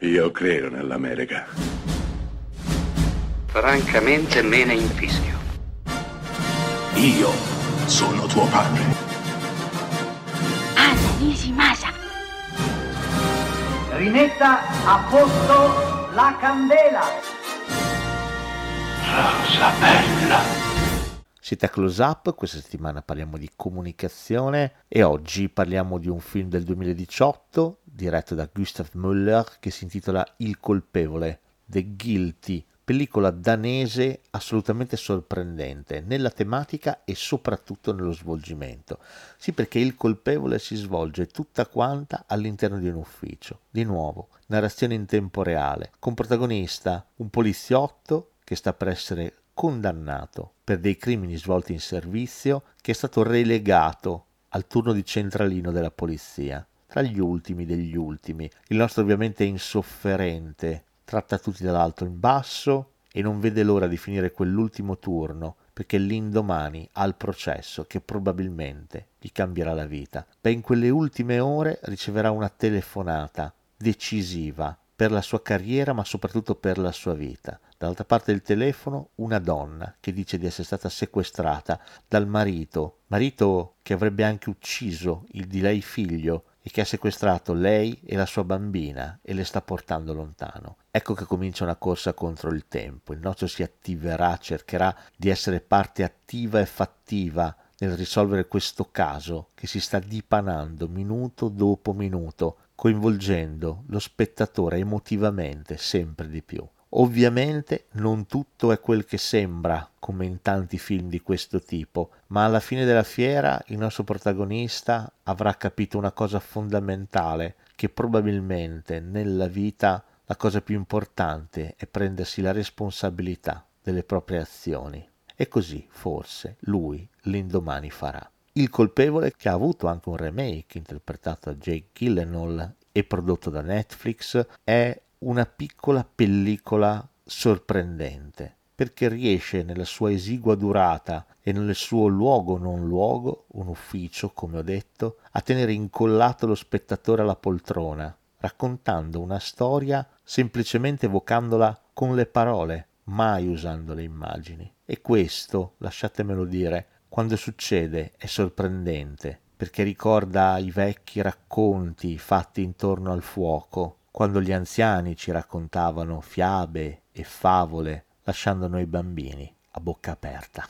Io credo nell'America. Francamente me ne infischio. Io sono tuo padre. Anna Nishimasa. Rimetta a posto la candela. Rosa bella. Siete a Close Up, questa settimana parliamo di comunicazione e oggi parliamo di un film del 2018 diretto da Gustav Müller che si intitola Il colpevole, The Guilty, pellicola danese assolutamente sorprendente nella tematica e soprattutto nello svolgimento. Sì, perché Il colpevole si svolge tutta quanta all'interno di un ufficio. Di nuovo, narrazione in tempo reale, con protagonista un poliziotto che sta per essere condannato per dei crimini svolti in servizio, che è stato relegato al turno di centralino della polizia. Tra gli ultimi degli ultimi, il nostro ovviamente è insofferente, tratta tutti dall'alto in basso e non vede l'ora di finire quell'ultimo turno, perché l'indomani ha il processo che probabilmente gli cambierà la vita. Beh, in quelle ultime ore riceverà una telefonata decisiva per la sua carriera, ma soprattutto per la sua vita. Dall'altra parte del telefono una donna che dice di essere stata sequestrata dal marito che avrebbe anche ucciso il di lei figlio e che ha sequestrato lei e la sua bambina e le sta portando lontano. Ecco che comincia una corsa contro il tempo. Il nostro si attiverà, cercherà di essere parte attiva e fattiva nel risolvere questo caso che si sta dipanando minuto dopo minuto, coinvolgendo lo spettatore emotivamente sempre di più. Ovviamente non tutto è quel che sembra, come in tanti film di questo tipo, ma alla fine della fiera il nostro protagonista avrà capito una cosa fondamentale, che probabilmente nella vita la cosa più importante è prendersi la responsabilità delle proprie azioni. E così, forse, lui l'indomani farà. Il colpevole, che ha avuto anche un remake interpretato da Jake Gyllenhaal e prodotto da Netflix, è una piccola pellicola sorprendente, perché riesce nella sua esigua durata e nel suo luogo non luogo, un ufficio come ho detto, a tenere incollato lo spettatore alla poltrona, raccontando una storia semplicemente evocandola con le parole, mai usando le immagini. E questo, lasciatemelo dire, quando succede è sorprendente, perché ricorda i vecchi racconti fatti intorno al fuoco, quando gli anziani ci raccontavano fiabe e favole, lasciando noi bambini a bocca aperta.